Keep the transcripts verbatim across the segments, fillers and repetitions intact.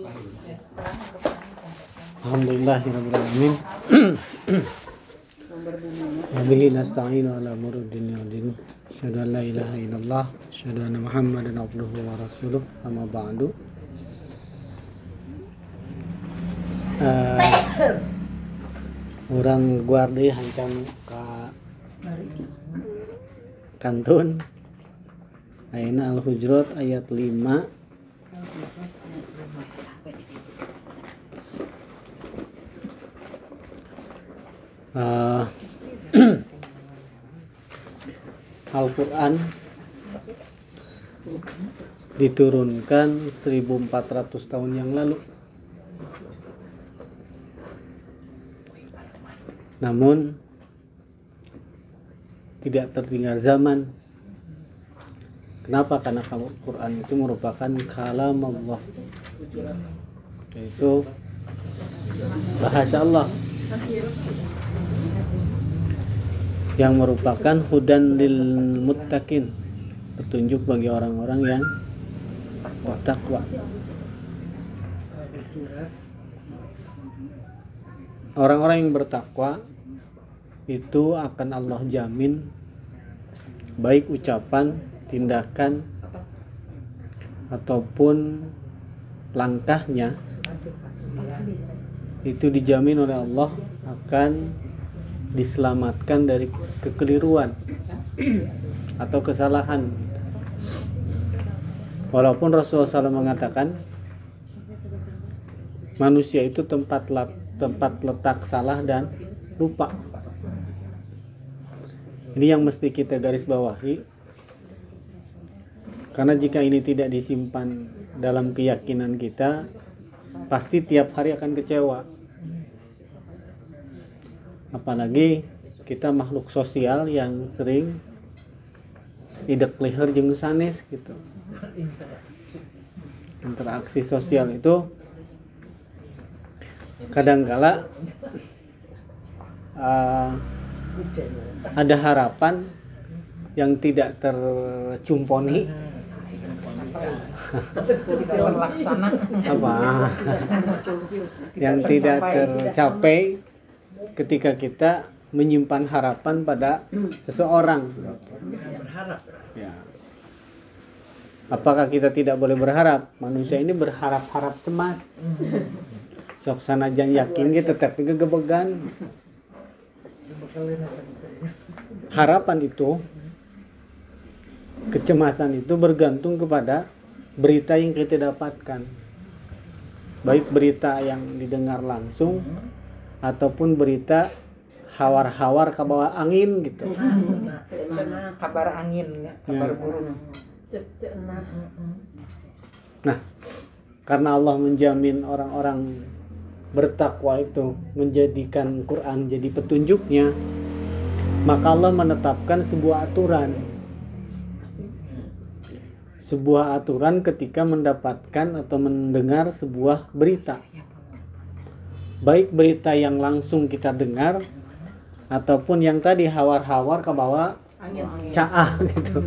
Alhamdulillahirabbil alamin. Wa bihi nasta'inu ala umuri dunya wad din. Asyhadu an la ilaha illallah, asyhadu anna Muhammadan abduhu wa rasuluh. Amma ba'du. Uh, orang guardi hancam ka kantun ayeuna Al-Hujurat ayat lima uh, Al-Quran diturunkan seribu empat ratus tahun yang lalu, namun tidak tertinggal zaman. Kenapa? Karena Al-Quran itu merupakan kalam Allah, yaitu bahasa Allah yang merupakan hudan lil muttaqin, petunjuk bagi orang-orang yang bertakwa. Orang-orang yang bertakwa itu akan Allah jamin baik ucapan, tindakan ataupun langkahnya itu dijamin oleh Allah akan diselamatkan dari kekeliruan atau kesalahan. Walaupun Rasulullah shallallahu alaihi wasallam mengatakan manusia itu tempat tempat letak salah dan lupa. Ini yang mesti kita garis bawahi, karena jika ini tidak disimpan dalam keyakinan kita, pasti tiap hari akan kecewa. Apalagi kita makhluk sosial yang sering idek leher jeung sanes gitu. Interaksi sosial itu kadangkala uh, ada harapan yang tidak tercumponi. Apa yang tidak tercapai ketika kita menyimpan harapan pada seseorang. Ya. Apakah kita tidak boleh berharap? Manusia ini berharap-harap cemas. Sok sanajan yakin gitu tapi gegebegan. Harapan itu, kecemasan itu bergantung kepada berita yang kita dapatkan, baik berita yang didengar langsung ataupun berita hawar-hawar ke bawah angin gitu. Kabar angin, kabar burung. Nah, karena Allah menjamin orang-orang bertakwa itu menjadikan Quran jadi petunjuknya, maka Allah menetapkan sebuah aturan. Sebuah aturan ketika mendapatkan atau mendengar sebuah berita. Baik berita yang langsung kita dengar ataupun yang tadi hawar-hawar ke bawah caah gitu.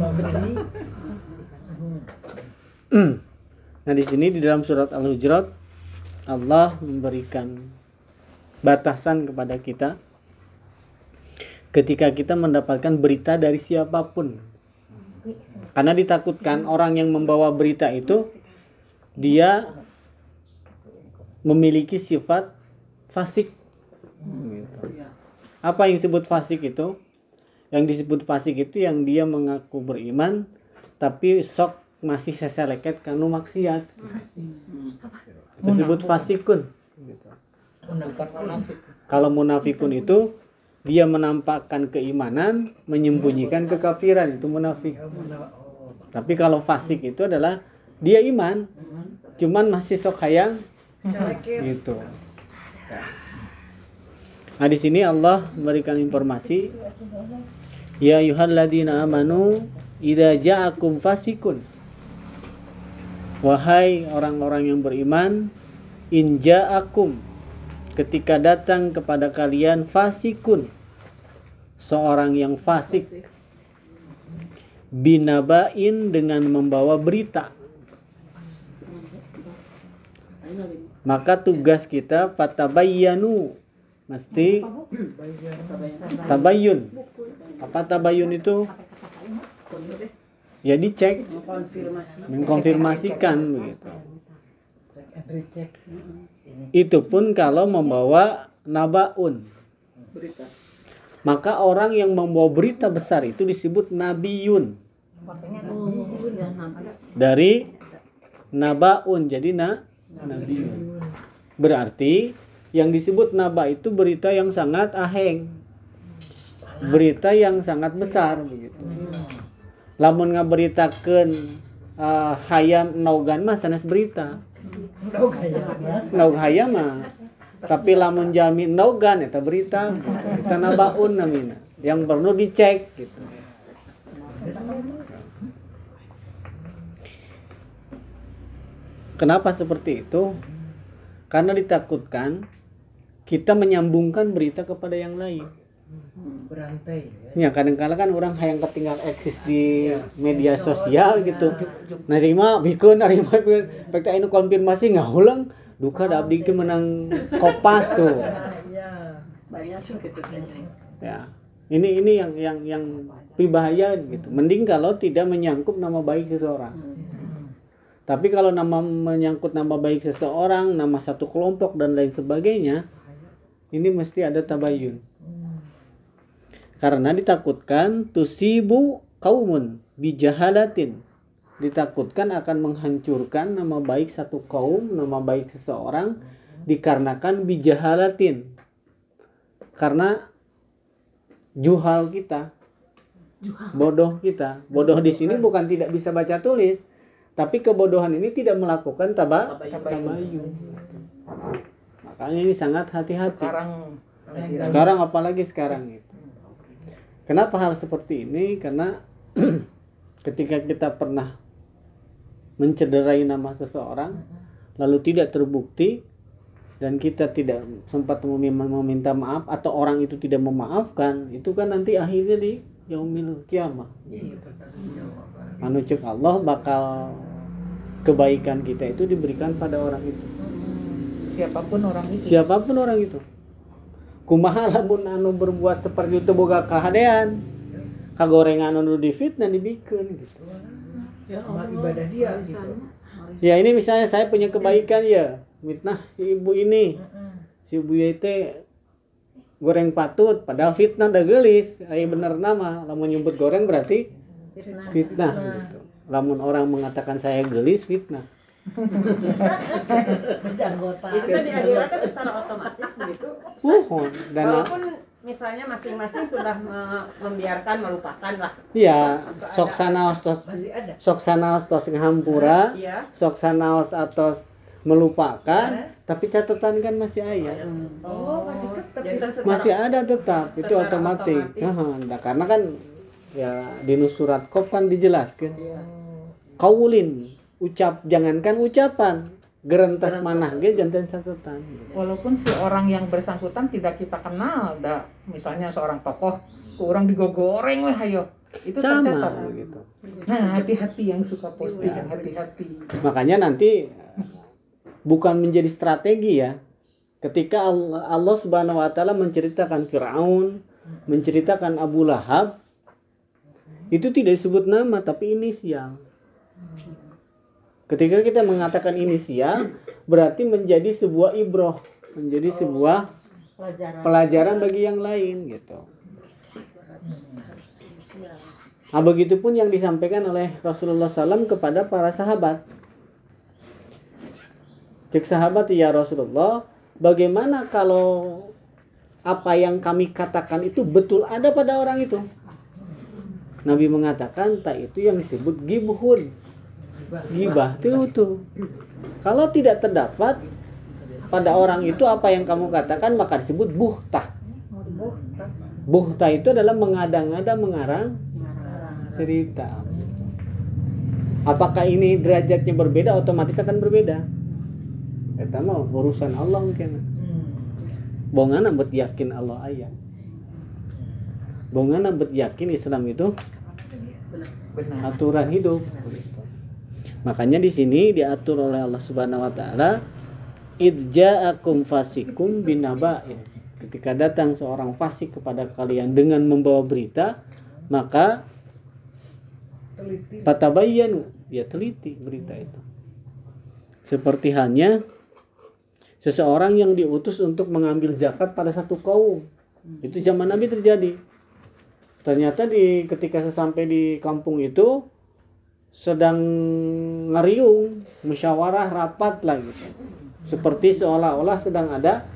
Nah, di sini di dalam surat Al-Hujurat Allah memberikan batasan kepada kita ketika kita mendapatkan berita dari siapapun. Karena ditakutkan orang yang membawa berita itu dia memiliki sifat fasik. Apa yang disebut fasik itu? Yang disebut fasik itu yang dia mengaku beriman tapi sok masih seseleket kanu maksiat. Disebut fasikun. Kalau munafikun itu dia menampakkan keimanan, menyembunyikan kekafiran, itu munafik. Tapi kalau fasik itu adalah dia iman, cuman masih sok hayang gitu. Nah, di sini Allah memberikan informasi, ya ayyuhalladzina amanu idza ja'akum fasikun. Wahai orang-orang yang beriman, in ja'akum, ketika datang kepada kalian fasikun, seorang yang fasik, binabain, dengan membawa berita. Maka tugas kita fatabayyanu, mesti tabayyun. Apa tabayyun itu? Ya dicek, mengkonfirmasikan begitu. Itu pun kalau membawa nabaun. Maka orang yang membawa berita besar itu disebut nabiyun. Dari nabaun jadi na nabiyun. Berarti yang disebut naba itu berita yang sangat aheng. Berita yang sangat besar begitu. Lamun ngaberitakeun uh, hayam naugan mah sanes berita. Naug hayam mah. Tapi lamun jami naugan eta berita, eta nabaun namina. Yang perlu dicek gitu. Kenapa seperti itu? Karena ditakutkan kita menyambungkan berita kepada yang lain. Berantai ya kadang-kadang kan orang hayang ketinggal eksis di media sosial gitu narima bikeun narima bikeun pek anu konfirmasi ngahulang duka da abdi ge menang kopas tuh banyak gitu ya ini ini yang yang yang bahaya gitu. Mending kalau tidak menyangkut nama baik seseorang. Tapi kalau nama menyangkut nama baik seseorang, nama satu kelompok dan lain sebagainya, ini mesti ada tabayun. Karena ditakutkan tusibu kaumun bijahalatin. Ditakutkan akan menghancurkan nama baik satu kaum, nama baik seseorang dikarenakan bijahalatin. Karena juhal kita. Bodoh kita. Bodoh di sini bukan tidak bisa baca tulis, tapi kebodohan ini tidak melakukan taba tabayun. Makanya ini sangat hati-hati. Sekarang Sekarang apalagi sekarang itu. Kenapa hal seperti ini? Karena ketika kita pernah mencederai nama seseorang lalu tidak terbukti dan kita tidak sempat meminta maaf atau orang itu tidak memaafkan, itu kan nanti akhirnya di yaumil kiamah. Anu cek Allah bakal kebaikan kita itu diberikan pada orang itu. Siapapun orang itu. Siapapun orang itu. Kumaha lamun anu berbuat seperti itu boga kahadean. Kagorengan anu difitnah dibikeun gitu. Ya, amal ibadah dia gitu. Ya ini misalnya saya punya kebaikan ya, fitnah si ibu ini. Si ibu itu goreng patut padahal fitnah da geulis, aya bener nama. Lamun nyebut goreng berarti fitnah, fitnah gitu. Lamun orang mengatakan saya geulis fitnah. Janggota. Itu kan diajarkan secara otomatis begitu. Uh, dan walaupun misalnya masing-masing sudah me- membiarkan melupakan lah. iya, sok sanaos tos sok sanaos tos ngahampura, Iya. sok sanaos atos melupakan, tapi catatan kan masih aya. Oh, masih tetap. Jadi, Masih ada tetap, itu secara otomatis. otomatis. Nah, nah, karena kan ya di surat Qaf kan dijelaskan. Kaulin, ucap jangankan ucapan, gerentas manah ge janten catatan. Walaupun si orang yang bersangkutan tidak kita kenal, da, misalnya seorang tokoh, orang digogoreng weh hayo. Itu Sama tercatat. begitu. Nah, hati-hati yang suka posting, Ya. hati-hati. Makanya nanti bukan menjadi strategi ya. Ketika Allah, Allah Subhanahu wa taala menceritakan Firaun, menceritakan Abu Lahab, itu tidak disebut nama tapi inisial. Ketika kita mengatakan inisial, berarti menjadi sebuah ibroh, menjadi sebuah pelajaran. pelajaran bagi yang lain gitu. Nah, begitupun yang disampaikan oleh Rasulullah shallallahu alaihi wasallam kepada para sahabat. Cek sahabat, ya Rasulullah, bagaimana kalau apa yang kami katakan itu betul ada pada orang itu? Nabi mengatakan, tak itu yang disebut gibhun. Gibah itu tuh. Kalau tidak terdapat pada orang itu apa yang kamu katakan, maka disebut buhtah. Buhtah itu adalah mengada-ngada, mengarang cerita. Apakah ini derajatnya berbeda? Otomatis akan berbeda. Eta mah urusan Allah mungkin. Bongana bet yakin Allah aya. Bongana bet yakin Islam itu Benar. aturan hidup. Makanya di sini diatur oleh Allah Subhanahu wa taala idja'akum fasikum binaba'in. Ketika datang seorang fasik kepada kalian dengan membawa berita, maka fatabayyanu, ya teliti berita itu. Seperti halnya seseorang yang diutus untuk mengambil zakat pada satu kaum. Itu zaman Nabi terjadi. Ternyata di ketika sesampai di kampung itu sedang ngeriung, musyawarah rapat lah gitu. Seperti seolah-olah sedang ada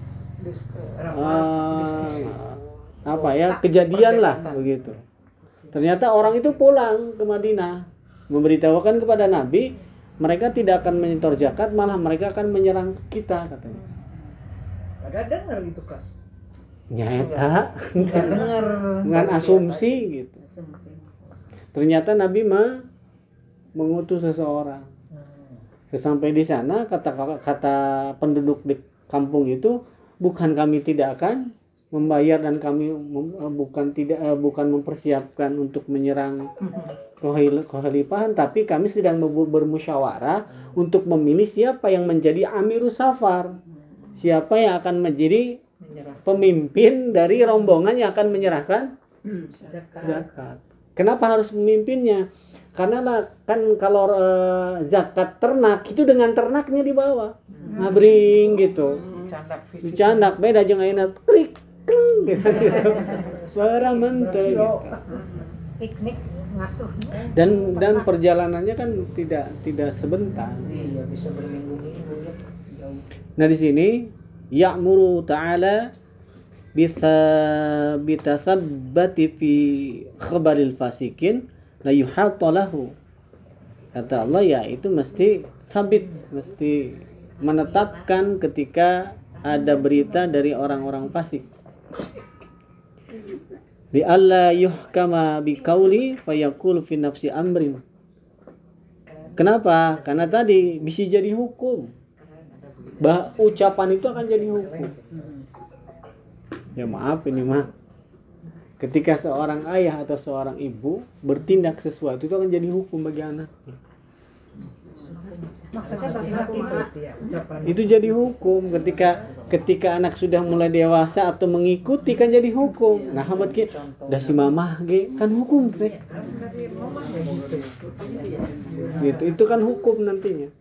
uh, apa ya kejadian lah begitu. Ternyata orang itu pulang ke Madinah memberitahukan kepada Nabi, mereka tidak akan menyetor zakat, malah mereka akan menyerang kita katanya. Ada dengar gitu kan? Nyata Nggak dengar. dengan asumsi gitu. Ternyata Nabi mah mengutus seseorang. Sesampai di sana kata kata penduduk di kampung itu, bukan kami tidak akan membayar dan kami mem, bukan tidak bukan mempersiapkan untuk menyerang kekhalifahan, tapi kami sedang bermusyawarah untuk memilih siapa yang menjadi amirus safar, siapa yang akan menjadi pemimpin dari rombongan yang akan menyerahkan zakat. Kenapa harus pemimpinnya? Karena lah, kan kalau e, zakat ternak itu dengan ternaknya dibawa, ngabring gitu. Candak fisik. Dicandak beda jeung ayeuna klik kling gitu. Suara menteh gitu. Piknik ngasuh. Dan dan perjalanannya kan tidak tidak sebentar. Iya, bisa berminggu-minggu ya. Jauh. Nah di sini ya'muru ta'ala bisa bitasabbati fi khabaril fasikin la yuhatta lahu. Kata Allah ya itu mesti sabit, mesti menetapkan ketika ada berita dari orang-orang fasik. Li alla yuhkama bi qauli fayaqul fi nafsi amrin. Kenapa? Karena tadi bisa jadi hukum. Bah, ucapan itu akan jadi hukum. Ya maaf ini mah. Ketika seorang ayah atau seorang ibu bertindak sesuatu itu akan jadi hukum bagi anak. Maksudnya hati-hati berarti ya ucapan. Itu jadi hukum ketika ketika anak sudah mulai dewasa atau mengikuti kan jadi hukum. Nah, habat ki da si mamah ge kan hukum teh. Gitu, itu kan hukum nantinya.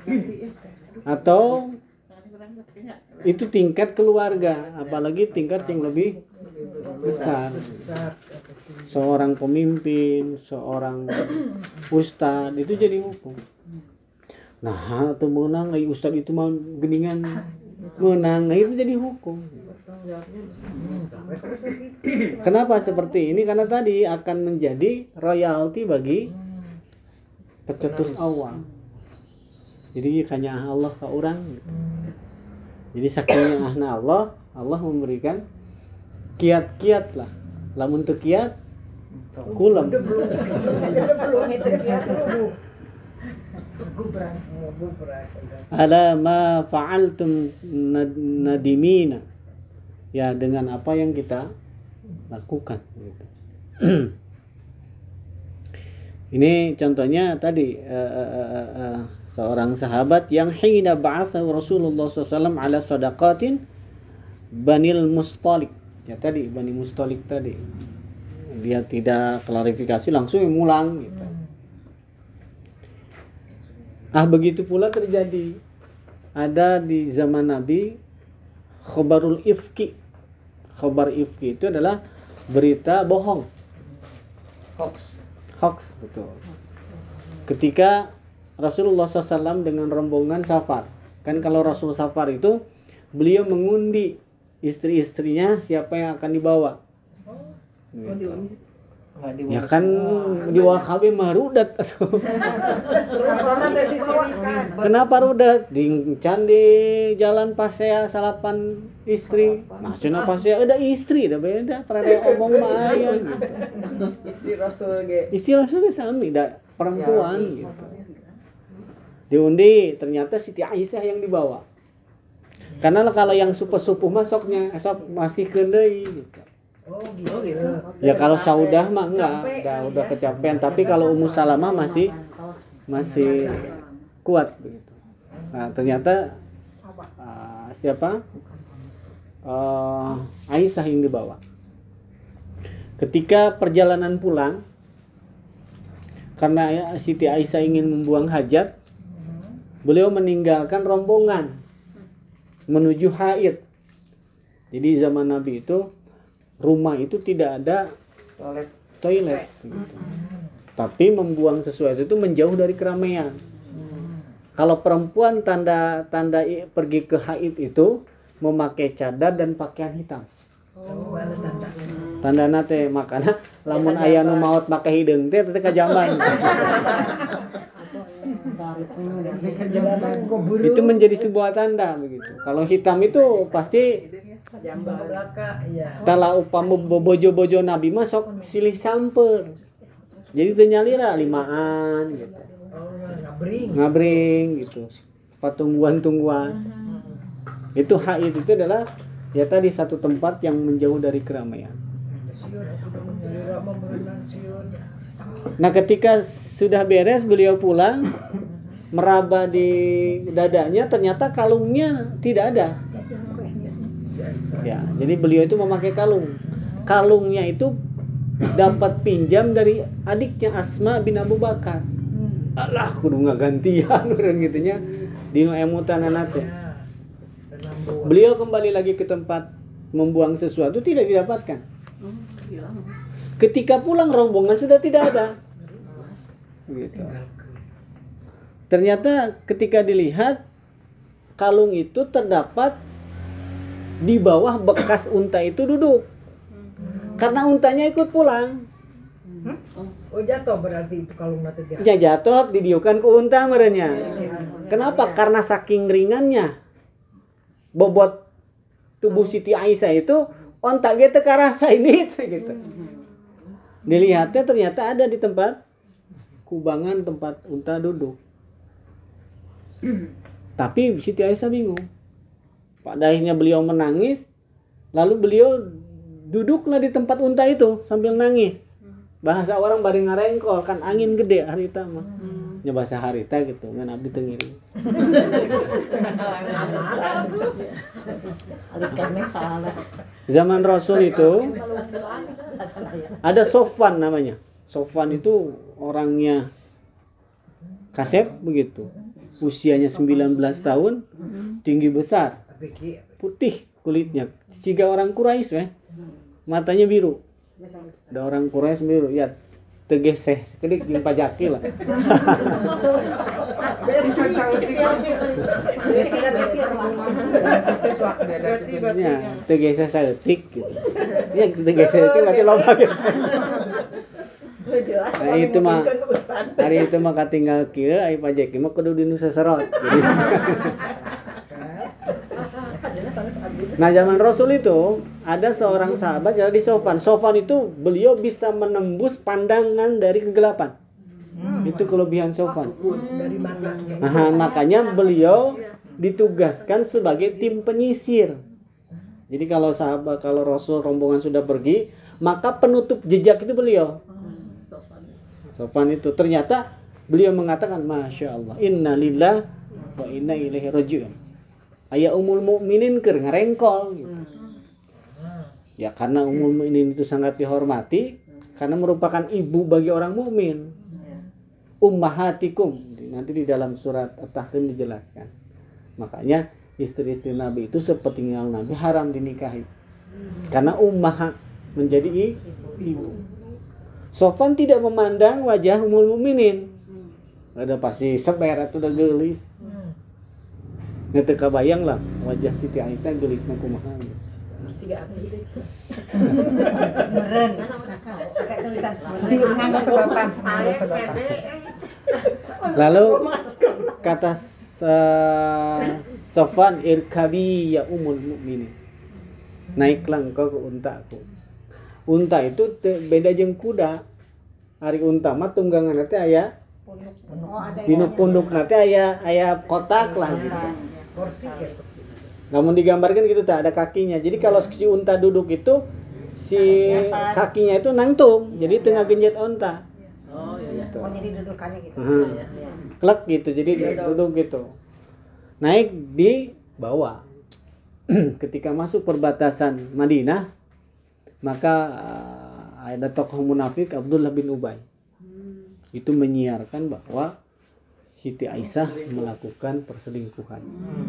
Atau itu tingkat keluarga, apalagi tingkat yang lebih besar. Seorang pemimpin, seorang ustad itu jadi hukum. Nah, atau menang, ay ustad itu mau geningan menang, nah itu jadi hukum. Kenapa seperti ini? Karena tadi akan menjadi royalti bagi pecetus awal. Jadi hanya Allah ke orang gitu. Jadi sakitnya ahna Allah, Allah memberikan kiat-kiat lah. Lamun teu kiat kulam. Ala ma fa'altum nadimina. Ya dengan apa yang kita lakukan gitu. Ini contohnya tadi uh, uh, uh, uh, seorang sahabat yang hina ba'asa Rasulullah sallallahu alaihi wasallam ala sadaqatin Banil Mustalik. Ya tadi Bani Mustalik tadi. Dia tidak klarifikasi langsung mulang gitu. Ah begitu pula terjadi ada di zaman Nabi khabarul ifki. Khabar ifki itu adalah berita bohong. Hoax. Hoax betul. Ketika Rasulullah sallallahu alaihi wasallam dengan rombongan safar. Kan kalau Rasul safar itu beliau mengundi istri-istrinya siapa yang akan dibawa. Gitu. Ya kan di W K B mah rudat atau kenapa rudat? Dingcan di jalan pasea salapan istri. Nah, cenah pasea ada istri, da beda. Parade omong mah aya gitu. Istri Rasul ge. Istri Rasul sami da perempuan gitu. Diundi ternyata Siti Aisyah yang dibawa. Karena kalau yang sepuh-sepuh masuknya esok masih keundeuy gitu. Oh gitu. Ya kalau Saudah mah enggak, udah udah kecapean, tapi kalau Ummu Salamah masih masih kuat begitu. Nah, ternyata siapa? Uh, Aisyah yang dibawa. Ketika perjalanan pulang, karena Siti Aisyah ingin membuang hajat, beliau meninggalkan rombongan menuju haid. Jadi zaman Nabi itu rumah itu tidak ada Toilet. toilet gitu. Tapi membuang sesuatu itu menjauh dari keramaian. Kalau perempuan tanda tanda i- pergi ke haid itu memakai cadar dan pakaian hitam. Oh, ada tanda. Tanda nate makana lamun aya nu maot make hideung teh teh kajaman. Itu menjadi sebuah tanda begitu. Kalau hitam itu pasti Jambal belaka, iya. tala upama bojo-bojo Nabi mah sok silih samper. Jadi teu nyalira limaan gitu. Oh, ngabring. Ngabring gitu. Patungguan-tungguan. Itu haid itu adalah ya tadi satu tempat yang menjauh dari keramaian. Siun aku udah menyalira mah berenang siun. Nah, ketika sudah beres beliau pulang, meraba di dadanya ternyata kalungnya tidak ada. Ya, jadi beliau itu memakai kalung. Kalungnya itu dapat pinjam dari adiknya Asma bin Abu Bakar. Alah, kudu ngagantian urang gitunya di emutan anaknya. Beliau kembali lagi ke tempat membuang sesuatu tidak didapatkan. Ketika pulang rombongan sudah tidak ada. Gitu. Ternyata ketika dilihat kalung itu terdapat di bawah bekas unta itu duduk. Karena untanya ikut pulang. Oh, jatuh berarti itu kalung nanti dia. Ya jatuh didiukan ke unta merenya. Kenapa? Karena saking ringannya bobot tubuh Siti Aisyah itu onta ge teu karasa ini gitu. Dilihatnya ternyata ada di tempat kubangan tempat unta duduk. Tapi Siti Aisyah bingung. Pada akhirnya beliau menangis, lalu beliau duduklah di tempat unta itu sambil nangis. Bahasa orang bari ngarengkol kan angin gede harita mah. Nya bahasa harita gitu, ngan abdi teu ngiring. Zaman Rasul itu ada Sofwan namanya. Sofwan itu orangnya kasep begitu. Usianya sembilan belas tahun, tinggi besar, putih kulitnya. Siga orang Quraisy weh. Matanya biru. Ada orang Quraisy biru, ya tegeseh sekedik jeung pajaki lah. Ya, tegeseh saeutik gitu. Ya tegeseh itu berarti loba geseh. Nah, itu mah hari itu mah katinggal kieu ai pajaki mah kudu dinu seserot. Jadi nah, zaman Rasul itu ada seorang sahabat jadi Sofwan. Sofwan itu beliau bisa menembus pandangan dari kegelapan. Hmm. Itu kelebihan Sofwan. Dari mana? Nah, makanya beliau ditugaskan sebagai tim penyisir. Jadi kalau sahabat kalau Rasul rombongan sudah pergi, maka penutup jejak itu beliau. Sofwan itu ternyata beliau mengatakan Masya Allah, Inna lillah wa inna ilaihi raji'un. Aya umul mukminin keur ngarengkol gitu. Ya karena umul mukminin itu sangat dihormati karena merupakan ibu bagi orang mukmin. Ummahatikum nanti di dalam surat At-Tahrim dijelaskan. Makanya istri-istri Nabi itu sepertinggal Nabi haram dinikahi. Karena ummah menjadi ibu. Sofwan tidak memandang wajah umul mukminin. Ada pasti seber atau udah gelis. Ngeteu kabayang lah wajah Siti Aisyah gelisna kumaha. Siga abdi. Meren. Pakai tulisan. Nganggo sedotan, nganggo sedotan. Lalu kata uh, Sofwan irkabi ya umul mukminin. Naiklah engkau ke untaku. Unta itu te, beda jeung kuda. Ari unta mah tunggangan teh aya dinu punduk nanti aya aya kotak lah gitu. Kursi ya. Namun digambarkan gitu tak ada kakinya. Jadi kalau si unta duduk itu si kakinya itu nangtung. Jadi tengah genjet unta. Oh iya. Gitu. Oh jadi dudukannya gitu. Hmm. Klek gitu. Jadi duduk gitu. Naik di bawah. ketika masuk perbatasan Madinah, maka uh, ada tokoh munafik Abdullah bin Ubay itu menyiarkan bahwa Siti Aisyah melakukan perselingkuhan.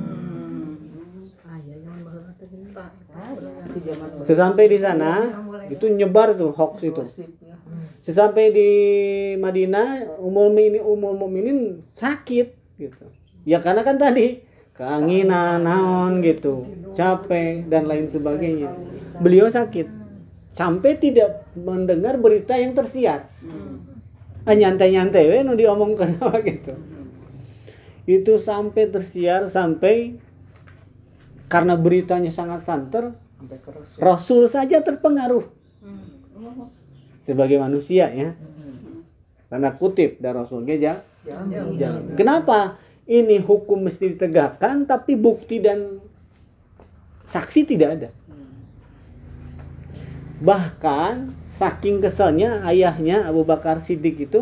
Sesampai di sana itu nyebar tuh hoax itu. Sesampai di Madinah, Ummul Mukminin Ummul Mukminin sakit gitu. Ya karena kan tadi keanginan, naon gitu, capek dan lain sebagainya. Beliau sakit sampai tidak mendengar berita yang tersiar. Ah, nyantai-nyantai we nu diomongkeun apa gitu. Itu sampai tersiar sampai karena beritanya sangat santer, Sampai ke Rasul. Rasul saja terpengaruh. Sebagai manusia ya. Karena kutip dari Rasul geja. Jangan. Jangan. Kenapa? Ini hukum mesti ditegakkan tapi bukti dan saksi tidak ada. Bahkan saking keselnya ayahnya Abu Bakar Siddiq itu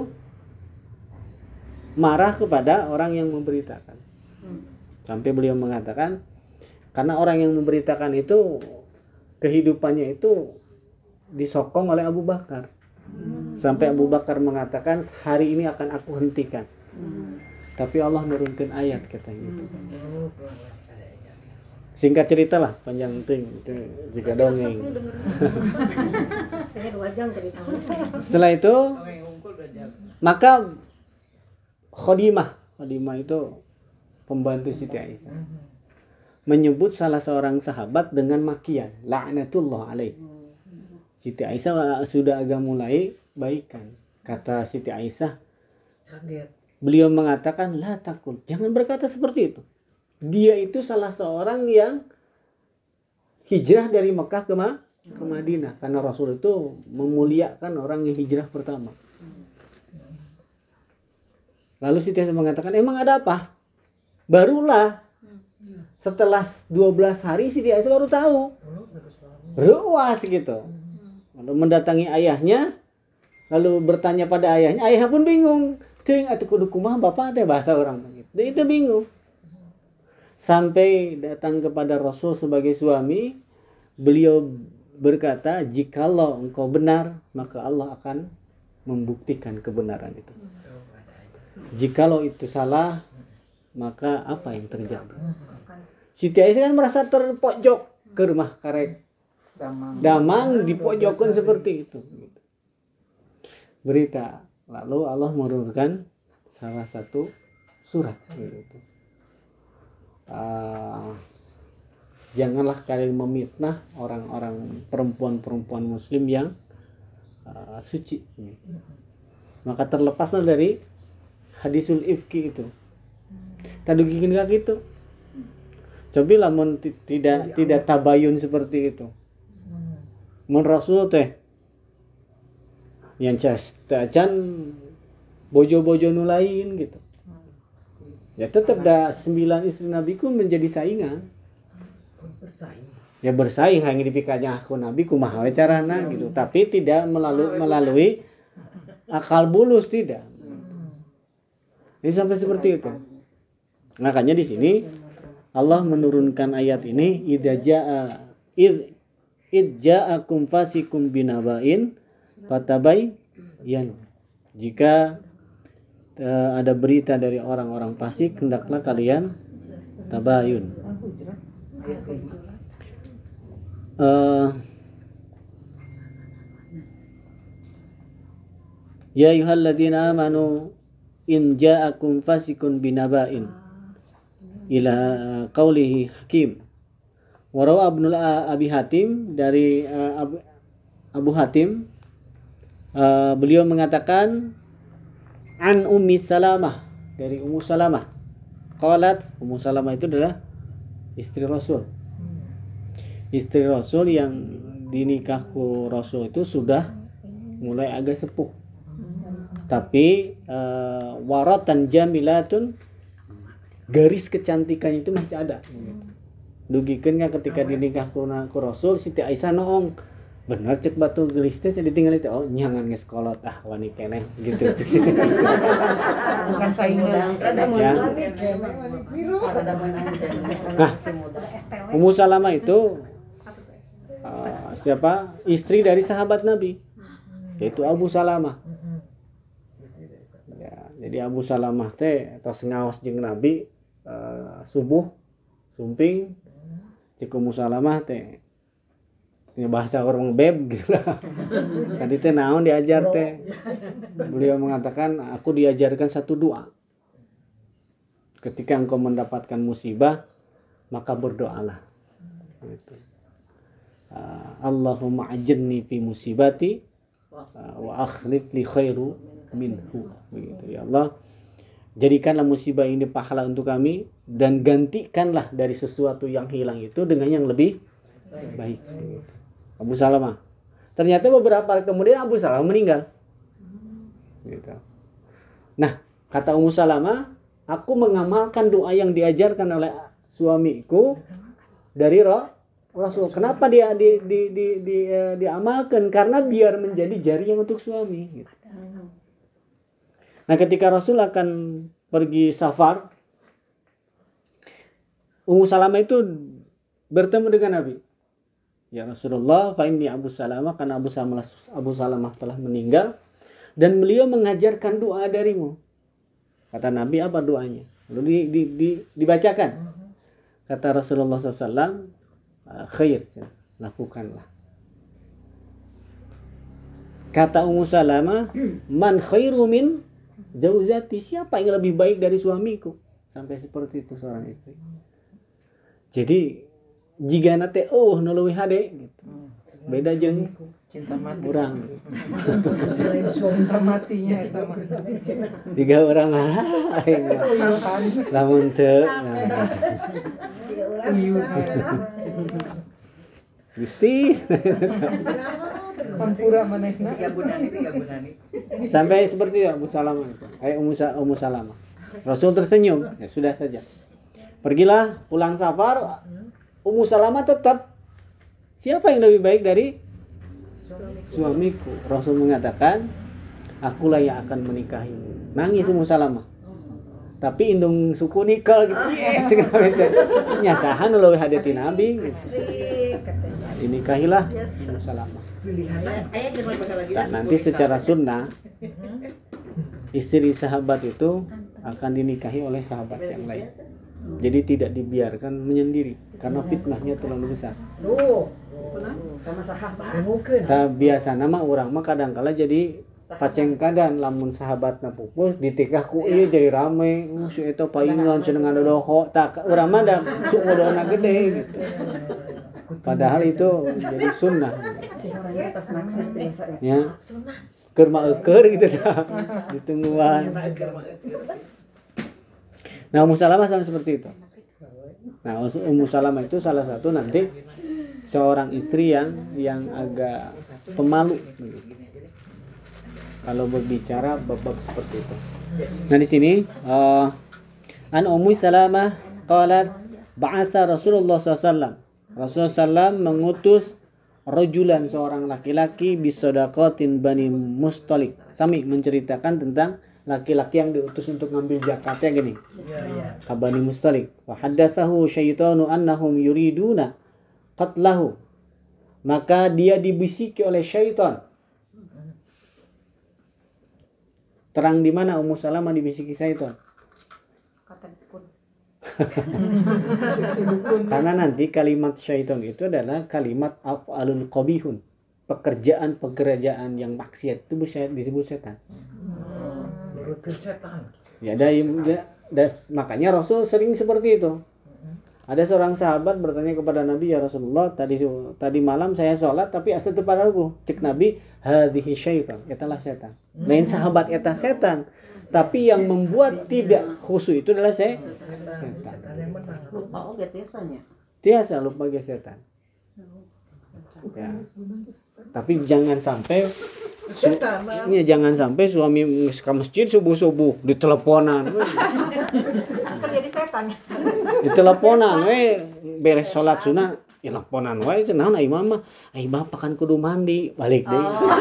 marah kepada orang yang memberitakan. Sampai beliau mengatakan karena orang yang memberitakan itu kehidupannya itu disokong oleh Abu Bakar. Sampai Abu Bakar mengatakan hari ini akan aku hentikan. Tapi Allah menurunkan ayat katanya itu. Singkat cerita lah, panjang ting itu juga dongeng. Saya dua jam cerita. Setelah itu maka Khadimah, Khadimah itu pembantu Siti Aisyah, menyebut salah seorang sahabat dengan makian, laknatullah alaih. Siti Aisyah sudah agak mulai baikan. Kata Siti Aisyah, Kaget. beliau mengatakan, la takul, jangan berkata seperti itu. Dia itu salah seorang yang hijrah dari Mekah ke, Ma- ke Madinah. Karena Rasul itu memuliakan orang yang hijrah pertama. Lalu Siti Aisyah mengatakan, emang ada apa? Barulah setelah dua belas hari Siti Aisyah baru tahu. Ruas gitu. Lalu mendatangi ayahnya, lalu bertanya pada ayahnya, ayah pun bingung. Ting atuh kudu kumaha bapak teh bahasa orang begitu. Dia itu bingung. Sampai datang kepada Rasul sebagai suami, beliau berkata, jikalau engkau benar, maka Allah akan membuktikan kebenaran itu. Jikalau itu salah, maka apa yang terjadi? Siti Aisyah kan merasa terpojok ke rumah karek Damang. damang dipojokkan seperti itu. Berita. Lalu Allah menurunkan salah satu surat gitu. Uh, janganlah kalian memitnah orang-orang perempuan-perempuan muslim yang uh, suci. Maka terlepaslah dari hadisul ifki itu. Tadugikin kak gitu. Coba lamun t- tidak tidak tabayun seperti itu. Mun Rasul teh yang cacan bojo-bojo nu lain gitu. Ya tetap dah sembilan istri Nabi ku menjadi saingan. Bersaing. Ya bersaing hanya dipikanya aku Nabi kumaha we carana gitu. Tapi tidak melalui melalui akal bulus tidak. Ini sampai seperti itu. Makanya di sini Allah menurunkan ayat ini idza jaa id id ja'akum fasikum binaba'in fatabayyan. Jika uh, ada berita dari orang-orang fasik, hendaklah kalian tabayun. Uh, ya ayyuhalladzina amanu in ja'akum fasikun binaba'in ila qaulihi hakim. Warawa Ibnu Abi Hatim dari uh, Abu, Abu Hatim uh, beliau mengatakan an Ummi Salamah dari Ummu Salamah. Qalat, Ummu Salamah itu adalah istri Rasul. Istri Rasul yang dinikahku Rasul itu sudah mulai agak sepuh. Tapi uh, waratan jamilatun, garis kecantikannya itu masih ada. Dugikeun nya ketika dinikah ku Rasul Siti Aisyah noong bener cek batu gelis teh ditinggal itu oh nyangan geus kolot ah wani keneh gitu cek Siti Aisyah. Bukan saingan. Rada Ya. muda. Wani kene, wani biru. Rada muda. Nah. Estella Ummu Salamah itu uh, siapa? Istri dari sahabat Nabi, yaitu Abu Salamah. Ya, jadi Abu Salamah teh atau sengawas jeung Nabi uh, subuh sumping cek Ummu Salamah teh ya bahasa orang beb gitu lah. Tadi teh naon diajar teh. Beliau mengatakan aku diajarkan satu doa. Ketika engkau mendapatkan musibah maka berdoalah. Gitu. Uh, Allahumma ajirni fi musibati uh, wa akhlif li khairu minhu. Begitu ya Allah. Jadikanlah musibah ini pahala untuk kami dan gantikanlah dari sesuatu yang hilang itu dengan yang lebih baik. Begitu. Abu Salamah. Ternyata beberapa hari kemudian Abu Salamah meninggal. Gitu. Nah, kata Ummu Salamah, aku mengamalkan doa yang diajarkan oleh suamiku dari roh Rasul. Kenapa dia di, di, di, di, uh, diamalkan? Karena biar menjadi jaring untuk suami. Gitu. Nah, ketika Rasul akan pergi safar, Ummu Salamah itu bertemu dengan Nabi. Ya Rasulullah, fa inni Abu Salamah, karena Abu Salamah, Abu Salamah telah meninggal dan beliau mengajarkan doa darimu. Kata Nabi, apa doanya? Lalu di, di, di, dibacakan. Kata Rasulullah shallallahu alaihi wasallam, khair, lakukanlah. Kata Ummu Salamah, man khairu min zaujati, siapa yang lebih baik dari suamiku? Sampai seperti itu seorang istri. Jadi jika nate oh nuluwi hade gitu. Beda jeung cinta mati urang. Selain suami cinta matinya itu mah. Jika urang ah lamun teu Gusti Kampura manehna. Tiga bunani, tiga bunani. sampai seperti itu Abu Salamah itu. Eh Ummu Sa- Ummu Salamah. Rasul tersenyum, ya sudah saja. Pergilah pulang safar. Ummu Salamah tetap, siapa yang lebih baik dari suamiku? Rasul mengatakan, akulah yang akan menikahimu. Nangis Ummu Salamah. Tapi indung suku nikah gitu. Yes, nyasahan lo hadati Nabi. Gitu. Dinikahilah Ummu Salamah. Nah, nanti secara sunnah istri sahabat itu akan dinikahi oleh sahabat yang lain. Jadi tidak dibiarkan menyendiri karena fitnahnya terlalu besar. Tuh, Sama sahabat. mungkin. Nah, biasa nama orang mah kadang-kala jadi pacengkadan lamun sahabatna pupus ditikah ku ieu jadi rame. Uh, si eta paingan cenah ngadodoho. Tak urang mah da suudona gede gitu. Padahal itu jadi sunnah. Si orangnya pas naksir biasa ya. Ya. Keur mah eukeur gitu tah. Ditungguan. Nah, Ummu Salamah sama seperti itu. Nah, Ummu Salamah itu salah satu nanti seorang istri yang yang agak pemalu kalau berbicara bab-bab seperti itu. Nah, di sini uh, an Ummu Salamah qalat ba'asa Rasulullah sallallahu alaihi wasallam. Rasulullah sallallahu alaihi wasallam mengutus rajulan seorang laki-laki bisadaqatin Bani Mustalik. Sami menceritakan tentang laki-laki yang diutus untuk ngambil zakatnya gini. Ka Bani Mustalik. Wa haddatsahu syaitanu annahum yuriduna qatlahu. Maka dia dibisiki oleh syaitan. Terang di mana Ummu Salamah dibisiki syaitan? Kata dukun. Karena nanti kalimat syaitan itu adalah kalimat af'alun qabihun. Pekerjaan-pekerjaan yang maksiat itu disebut setan. Menurutkan setan. Ya, dari, das, makanya Rasul sering seperti itu. Ada seorang sahabat bertanya kepada Nabi, ya Rasulullah, tadi tadi malam saya sholat tapi asa teu padaku. Cek Nabi, hadhihi syaitan, etalah setan. Lain sahabat eta setan, tapi yang membuat tidak khusyuk itu adalah se- setan. Setan yang menang. Lupa oge biasanya. Tiasa lupa ge setan. Ya. Tapi jangan sampai Setan. ya, jangan sampai suami ke masjid subuh-subuh diteleponan. Kan jadi setan. Diteleponan we beres salat sunah, ya teleponan wae cenah imam mah, ai bapak kan kudu mandi, balik deui.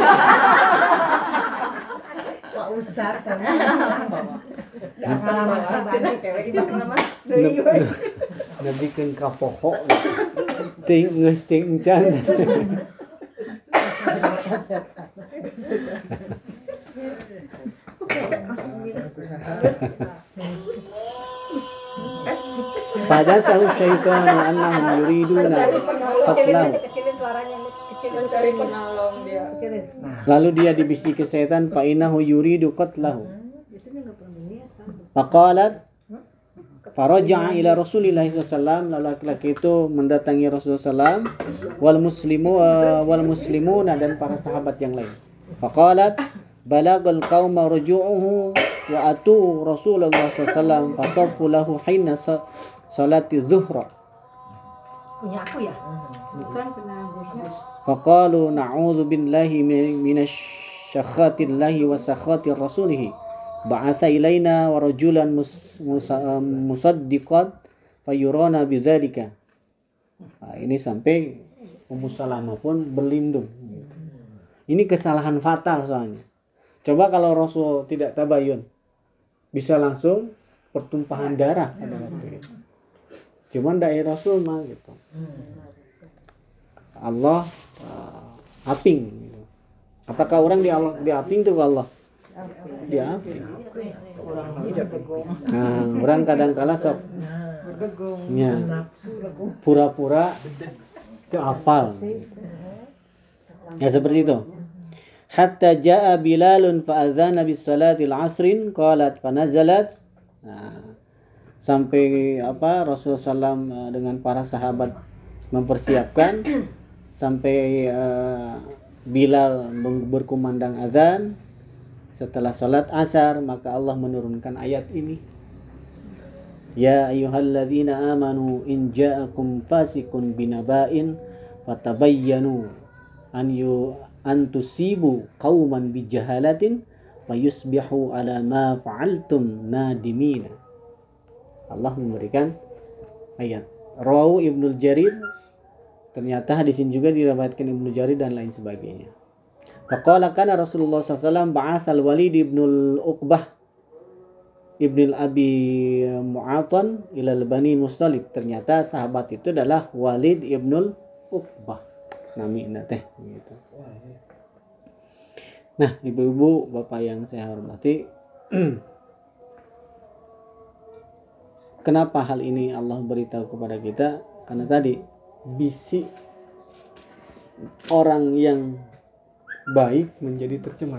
Wah, Ustaz kamu. Pengalaman pribadi teh ibu nama deui we. Nabikeun ka poho. Ting geus ting encan. Pada tahu syaitan annahum yuriduna qatlahu. Kecilin suaranya, kecilin. Mencari penolong dia. Kecilin. Lalu dia dibisiki setan fa innahu yuridu qatlahu. Biasanya enggak pernah lihat kan. Faqalat faraja'a ila Rasulillah sallallahu alaihi wasallam, lalu laki-laki itu mendatangi Rasulullah sallallahu alaihi wasallam wal muslimu wal muslimuna dan para sahabat yang lain. Faqalat balagal qauma ruju'uhu wa atu Rasulullah sallallahu alaihi wasallam fasaffu lahu hina salati zuhra. Punya aku ya? Bukan pernah Gus. Faqalu na'udzu billahi minasyakhaatillahi wa sakhaati rasulih. Ba'atha ilaina wa rajulan mus, mus, um, musaddiqan fayurana bidzalika. Nah, ini sampai Ummu Salamah pun berlindung. Ini kesalahan fatal soalnya. Coba kalau Rasul tidak tabayun, bisa langsung pertumpahan darah pada waktu itu. Cuman dari Rasul mah gitu. Allah uh, aping. Gitu. Apakah orang di Allah di aping tuh Allah? Di aping. Nah, orang kadang-kala sok nya pura-pura ke apal. Ya seperti itu. Hatta jaa Bilalun fa adzana bis salatil asrin qalat fa nazalat. Nah, sampai apa Rasulullah sallallahu alaihi wasallam dengan para sahabat mempersiapkan sampai uh, Bilal berkumandang azan setelah salat asar, maka Allah menurunkan ayat ini. Ya ayyuhalladzina amanu in ja'akum fasiqun binaba'in fatabayyanu an yu an tusibu qauman bijahalatin fayusbihu ala ma fa'altum nadimina. Allah memberikan ayat. Rawu Ibnu Jarir, ternyata hadis ini juga diriwayatkan Ibnu Jarir dan lain sebagainya. Faqala kana Rasulullah sallallahu alaihi wasallam ba'atsal Walid ibnul Uqbah ibnul Abi Mu'atan ilal Bani Mustalib. Ternyata sahabat itu adalah Walid ibnul Uqbah. Namina teh gitu. Nah, ibu-ibu, bapak yang saya hormati, kenapa hal ini Allah beritahu kepada kita? Karena tadi bisi orang yang baik menjadi tercemar.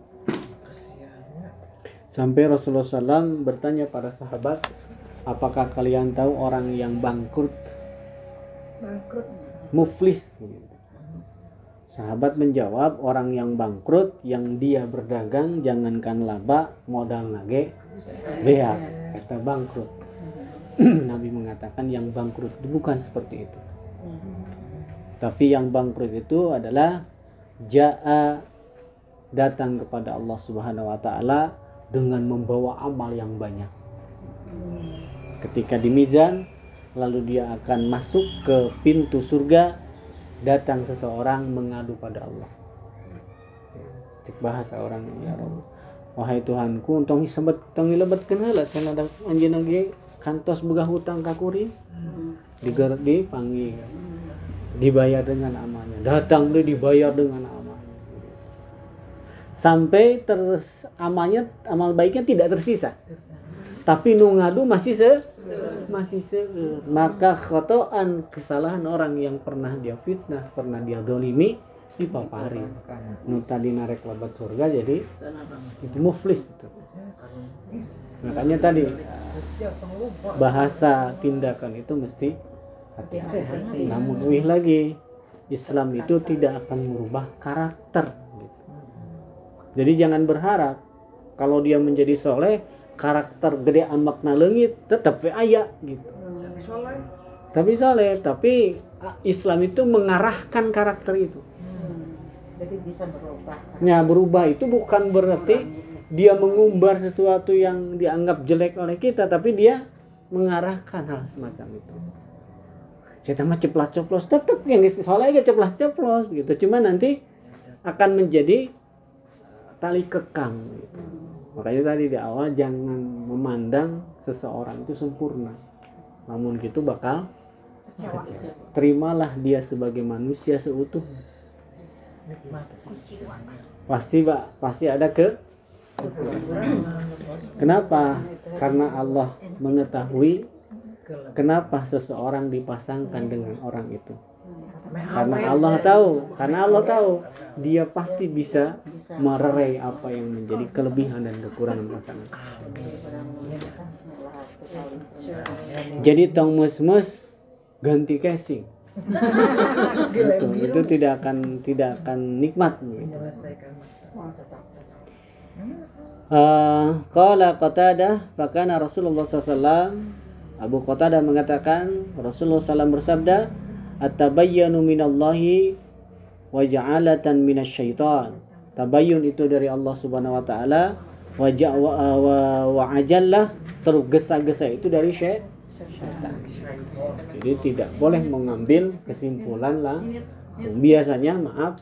Sampai Rasulullah shallallahu alaihi wasallam bertanya pada sahabat, apakah kalian tahu orang yang bangkrut? Bangkrut. Muflis. Sahabat menjawab, orang yang bangkrut yang dia berdagang jangankan laba, modal nage bea, kata bangkrut. Nabi mengatakan yang bangkrut itu bukan seperti itu. Tapi yang bangkrut itu adalah ja'a, datang kepada Allah Subhanahu wa taala dengan membawa amal yang banyak. Ketika di mizan, lalu dia akan masuk ke pintu surga, datang seseorang mengadu pada Allah. Cek bahasa orang, ya Rabb, wahai Tuhanku, untung sebet tong dilebetkeun heula cenah ada anjeunna ge kantos boga hutang ka kuring. Diger dipanggil, dibayar dengan amalnya, datang dia dibayar dengan amalnya, sampai terus amalnya, amal baiknya tidak tersisa, tapi nu ngadu masih se masih se maka khotoan, kesalahan orang yang pernah dia fitnah, pernah dia dolimi, dipapari. Nu tadi narek lebat surga jadi itu muflis itu. Makanya tadi bahasa tindakan itu mesti hati-hati. Namun wih lagi, Islam itu tidak akan merubah karakter gitu. Jadi jangan berharap kalau dia menjadi soleh, karakter gede amakna leungit tetap we aya gitu. Tapi soleh. Tapi soleh, tapi Islam itu mengarahkan karakter itu. Hmm. Jadi bisa berubah. Nah, berubah itu bukan berarti dia mengumbar sesuatu yang dianggap jelek oleh kita, tapi dia mengarahkan hal semacam itu. Saya mah ceplas-ceplos, tetap yang soleh ge ceplas-ceplos gitu. Cuma nanti akan menjadi tali kekang gitu. Makanya tadi di awal jangan memandang seseorang itu sempurna. namun gitu bakal terimalah dia sebagai manusia seutuhnya. Pasti Pak, pasti ada ke kenapa? Karena Allah mengetahui kenapa seseorang dipasangkan dengan orang itu. Karena Allah tahu, karena Allah tahu dia pasti bisa mererei apa yang menjadi kelebihan dan kekurangan pasangan. Jadi tong mes-mes ganti casing. itu, itu tidak akan tidak akan nikmat. Uh, Qala Qatadah, fakana Rasulullah sallallahu alaihi wasallam, Abu Qatadah mengatakan Rasulullah sallallahu alaihi wasallam bersabda, at-tabayyanu minallahi wa ja'alatan minasyaitan. Tabayyun itu dari Allah Subhanahu wa taala, wa wa, wa, wa ajallah, tergesa-gesa itu dari syaitan. Jadi tidak boleh mengambil kesimpulan lah. Biasanya maaf,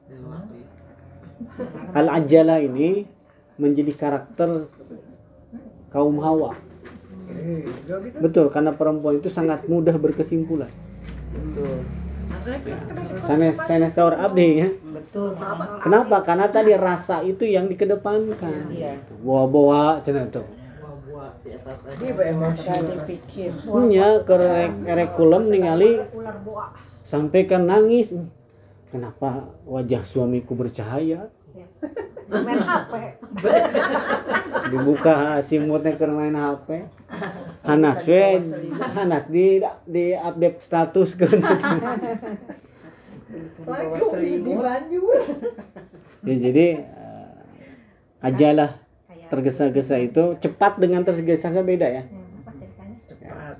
al-ajalah ini menjadi karakter kaum Hawa. Betul, karena perempuan itu sangat mudah berkesimpulan. Betul. Sanes sanes saur abdi ya. Betul. Kenapa? Karena tadi rasa itu yang dikedepankan. Iya. Bawa-bawa cenah tuh. Dia beremosi. Dipikir. Punya kurikulum ningali sampaikan nangis. Kenapa wajah suamiku bercahaya? Main H P. Dibuka simutnya keur main H P. Hanas we, Hanas di di update status kan. Langsung di banjur. Ya, jadi uh, ajalah tergesa-gesa itu cepat dengan tergesa-gesa beda ya. Cepat.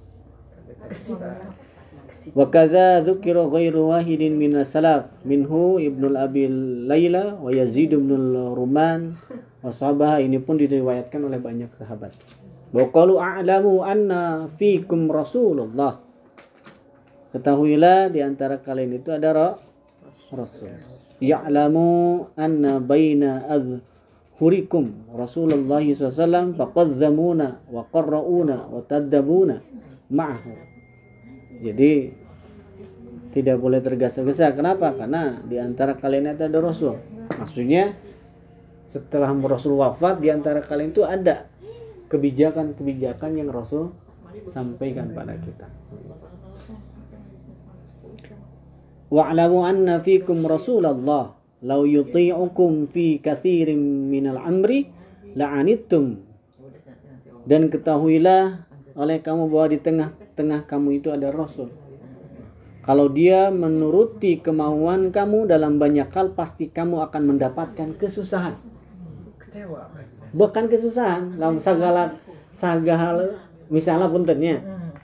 Wa kadza dzukira ghairu wahidin minas salaf minhu Ibnu Abi Laila wa Yazid bin Ruman wa sahabah. Ini pun diriwayatkan oleh banyak sahabat. Wa qalu a'lamu anna fikum Rasulullah. Ketahuilah di antara kalian itu ada ra- Rasul. Ya'lamu anna baina adhurikum Rasulullah sallallahu alaihi wasallam faqazzamuna wa qarra'una wa tadabuna ma'ahu. Jadi tidak boleh tergesa-gesa. Kenapa? Karena di antara kalian itu ada Rasul. Maksudnya setelah Rasul wafat, di antara kalian itu ada kebijakan-kebijakan yang Rasul sampaikan pada kita. Wa'lamu anna fikum Rasulullah law yuti'ukum fi katsirin minal amri la'anittum. Dan ketahuilah oleh kamu bahwa di tengah-tengah kamu itu ada Rasul. Kalau dia menuruti kemauan kamu dalam banyak hal, pasti kamu akan mendapatkan kesusahan. Kecewa. Bukan kesusahan dalam segala segala misalnya puntennya.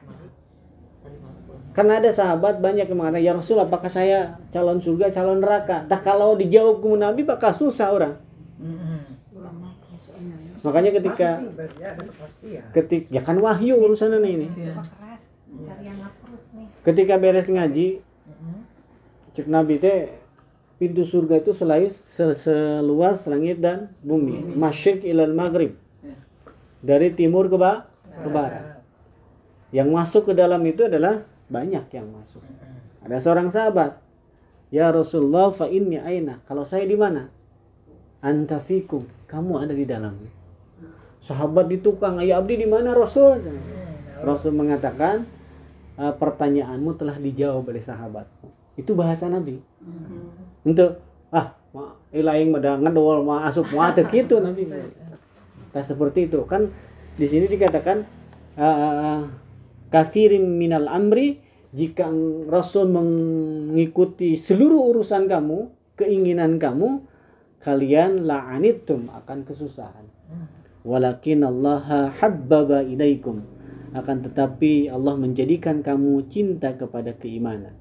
Karena ada sahabat banyak yang mengatakan, ya Rasul, apakah saya calon surga, calon neraka? Tak kalau dijawab ke Nabi bakal susah orang. Makanya ketika Pasti, berarti ada kepastian. ketik ya kan wahyu urusannya ini. Iya. Ketika beres ngaji, cek Nabi teh pintu surga itu selain seluas langit dan bumi, masyriq ilal maghrib, dari timur ke, ba- ke barat. Yang masuk ke dalam itu adalah banyak yang masuk. Ada seorang sahabat, ya Rasulullah, fa inni aina? Kalau saya di mana? Anta fikum, kamu ada di dalamnya. Sahabat ditukang, ayo abdi di mana Rasul? Rasul mengatakan, e, pertanyaanmu telah dijawab oleh sahabat. Itu bahasa Nabi. Untuk ah, ilaing mada ngedol ma asup ma teu kitu Nabi. Tak seperti itu. Kan di sini dikatakan uh, katsirin minal amri, jika Rasul mengikuti seluruh urusan kamu, keinginan kamu, kalian la'anittum, akan kesusahan. Walakin Allah habbaba ilaikum, akan tetapi Allah menjadikan kamu cinta kepada keimanan.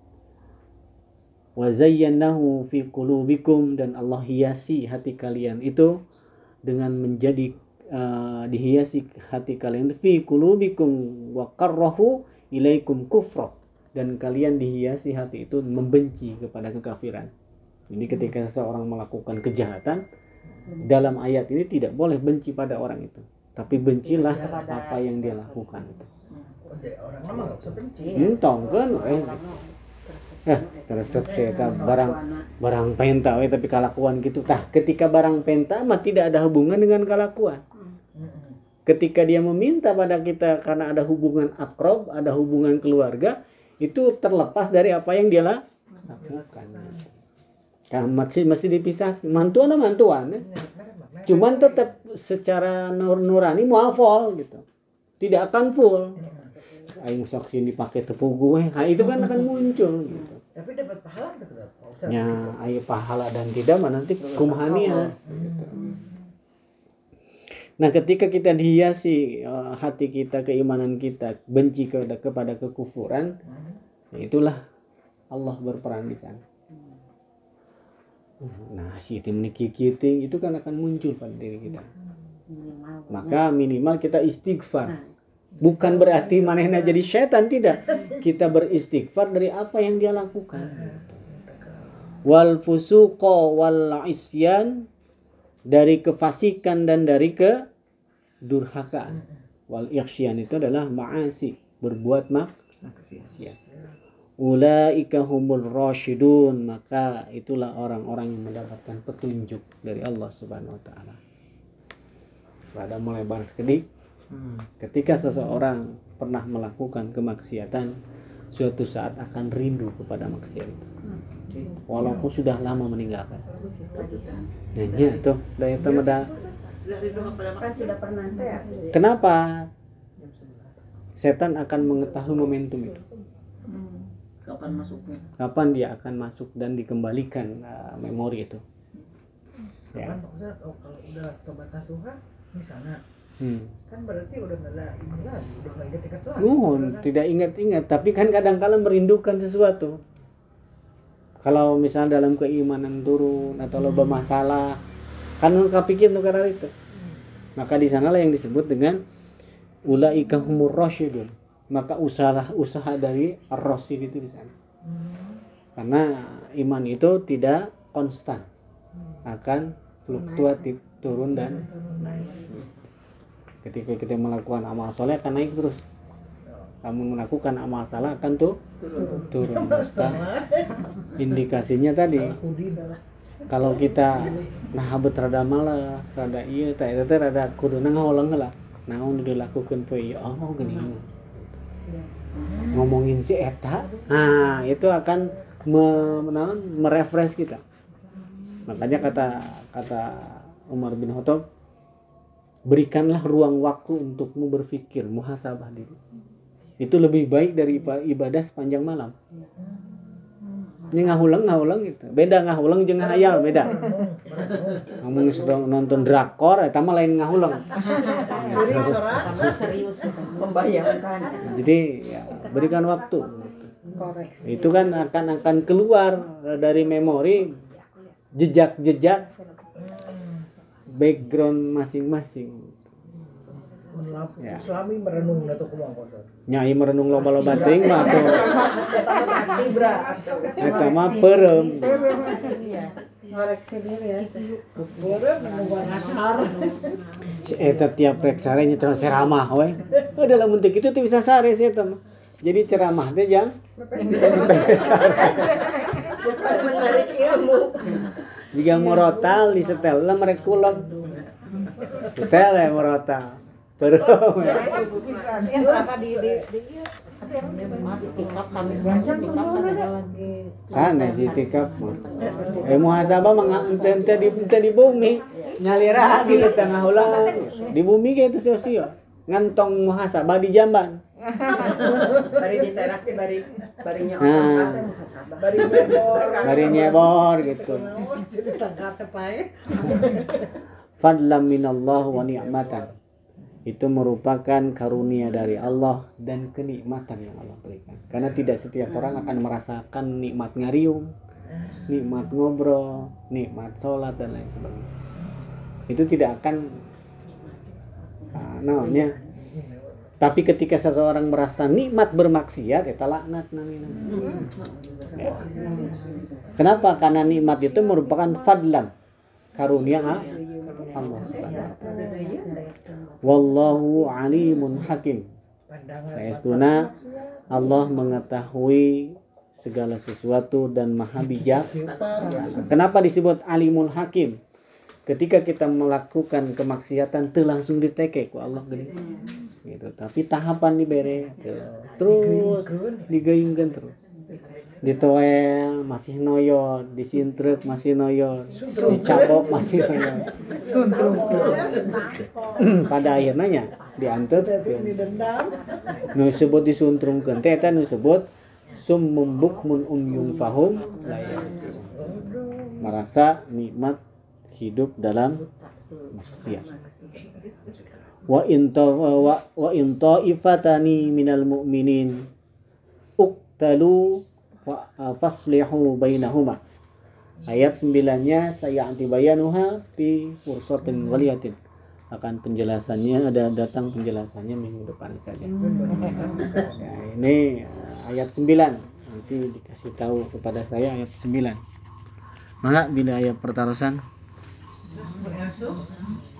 Wa zayyanahu fi qulubikum, dan Allah hiasi hati kalian itu dengan menjadi uh, dihiasi hati kalian fi qulubikum wa qarrahu ilaikum kufra, dan kalian dihiasi hati itu membenci kepada kekafiran. Jadi ketika seseorang melakukan kejahatan, dalam ayat ini tidak boleh benci pada orang itu, tapi bencilah apa yang dia lakukan itu. Orang lama nggak usah benci. Entong kan eh eh teresep eta barang barang penta we tapi kalakuan gitu tah ketika barang penta mah tidak ada hubungan dengan kalakuan. Ketika dia meminta pada kita karena ada hubungan akrab, ada hubungan keluarga, itu terlepas dari apa yang dia lakukan. Kan masih masih dipisah mantuan sama mantuan ya. Cuman tetap secara nur nurani muafal gitu. Tidak akan full. Aing sok dipakai tepung gue, nah itu kan akan muncul gitu. Tapi dapat pahala tetap. Ya, ayo pahala dan tidak mah nanti kumhania. Gitu. Nah, ketika kita dihiasi uh, hati kita, keimanan kita benci ke, kepada kekufuran, ya itulah Allah berperan di sana. Nah, si tim kikiting itu kan akan muncul pada diri kita. Maka minimal kita istighfar. Bukan berarti manehna jadi setan, tidak. Kita beristighfar dari apa yang dia lakukan. Wal fusuqa wal isyan, dari kefasikan dan dari kedurhakaan. Wal ikhsyan itu adalah ma'asi, berbuat maksiat. Ulaika humul rasyidun, maka itulah orang-orang yang mendapatkan petunjuk dari Allah Subhanahu wa taala. Pada mulai balas kedik, ketika seseorang pernah melakukan kemaksiatan, suatu saat akan rindu kepada maksiat itu. Walaupun sudah lama meninggalkan. Nanya tuh, daya temeda. Kan sudah pernah teh ya. Kenapa? Setan akan mengetahui momentum itu. Kapan masuknya? Kapan dia akan masuk dan dikembalikan uh, memori itu. Ya. Kan Ustaz, oh, kalau udah tobat nasuha misalnya, Hmm. kan berarti udah nggak ada ini lagi, udah nggak ingat-ingat lagi. Nuhun, tidak ingat-ingat, tapi kan kadang-kala merindukan sesuatu. Kalau misalnya dalam keimanan turun atau loba masalah, kan kepikir tuh karena itu. Maka di sanalah yang disebut dengan ulaika humur rasyidun. Maka usaha-usaha dari ar-rasyid itu di sana. Karena iman itu tidak konstan, akan fluktuatif, turun dan ketika kita melakukan amal soleh akan naik terus. Kamu melakukan amal salah akan tuh turun. Maka indikasinya tadi kalau kita nah bet rada malas, rada ieu teh eta teh rada kuduna ngaulang heula. Naon dilakukeun poe ya Allah geuning. Ngomongin si eta, nah itu akan me, merefresh kita. Makanya kata kata Umar bin Khattab, berikanlah ruang waktu untukmu berpikir, muhasabah diri. Itu lebih baik dari ibadah sepanjang malam. Ini ngahulang ngahulang gitu. Beda ngahulang jeung ngahayal beda. Ngomong sudah nonton drakor eta mah lain ngahulang. Serius membayangkan. Jadi ya, berikan waktu. Koreksi. Itu kan akan akan keluar dari memori jejak-jejak background masing-masing. Ya. Islami merenung atau kumang kotor. Nyai merenung loba-loba teuing mah tuh. Eta mah astibra. Eta mah peureum. Iya. Koreksi diri ya. Beureum nungguan asar. Eta tiap rek sare nyetel ceramah we. Udah lamun teu kitu teu bisa sare sih eta mah. Jadi ceramah teh jang Bukan menarik ilmu. jika morotal disetel lah merek kulon. Setel ya morotal. Peureum. Ya serasa di di di tikap kami belajar tikap ada lagi. Sana di tikap mah. Eh muhasabah mah ente di ente di bumi. Nyalira di tengah ulang. Di bumi ge itu sio-sio. Ngantong muhasabah di jamban. Bari di teras ke bari barinya Nah. orang kata muhasabah. Bari nyebor. Bari nyebor gitu. Cerita kata pae. Fadlam minallah wa ni'matan. Itu merupakan karunia dari Allah dan kenikmatan yang Allah berikan. Karena tidak setiap orang akan merasakan nikmat ngariung, nikmat ngobrol, nikmat sholat dan lain sebagainya. Itu tidak akan uh, namanya. Tapi ketika seseorang merasa nikmat bermaksiat, itu laknat namanya. Ya. Kenapa? Karena nikmat itu merupakan fadlan, karunia Allah Subhanahu wa taala. Wallahu alimun hakim. Pandangan Saestuna Allah mengetahui segala sesuatu dan maha bijak. Kenapa disebut alimul hakim? Ketika kita melakukan kemaksiatan teu langsung diteke ku Allah geuning. Gitu. Tapi tahapan dibere terus digeingkeun terus. Ditoel masih noyo, disintrek masih noyo, dicabok masih noyo. Suntrung. Pada akhirnya nya diantep didendam. nu disebut disuntrungkeun teh eta nu disebut summum bukmun umyum fahum la yarji'un. Merasa nikmat hidup dalam maksiat. Wa in ta wa, wa in ta'ifatani minal mu'minin uqtalu fa, faslihu bainahuma. Ayat sembilan-nya saya antibayanuha fi fursatin waliyatin. Akan penjelasannya ada datang penjelasannya minggu depan saja. Ya, ini ayat sembilan nanti dikasih tahu kepada saya ayat sembilan. Maka bila ayat pertarusan Berasuh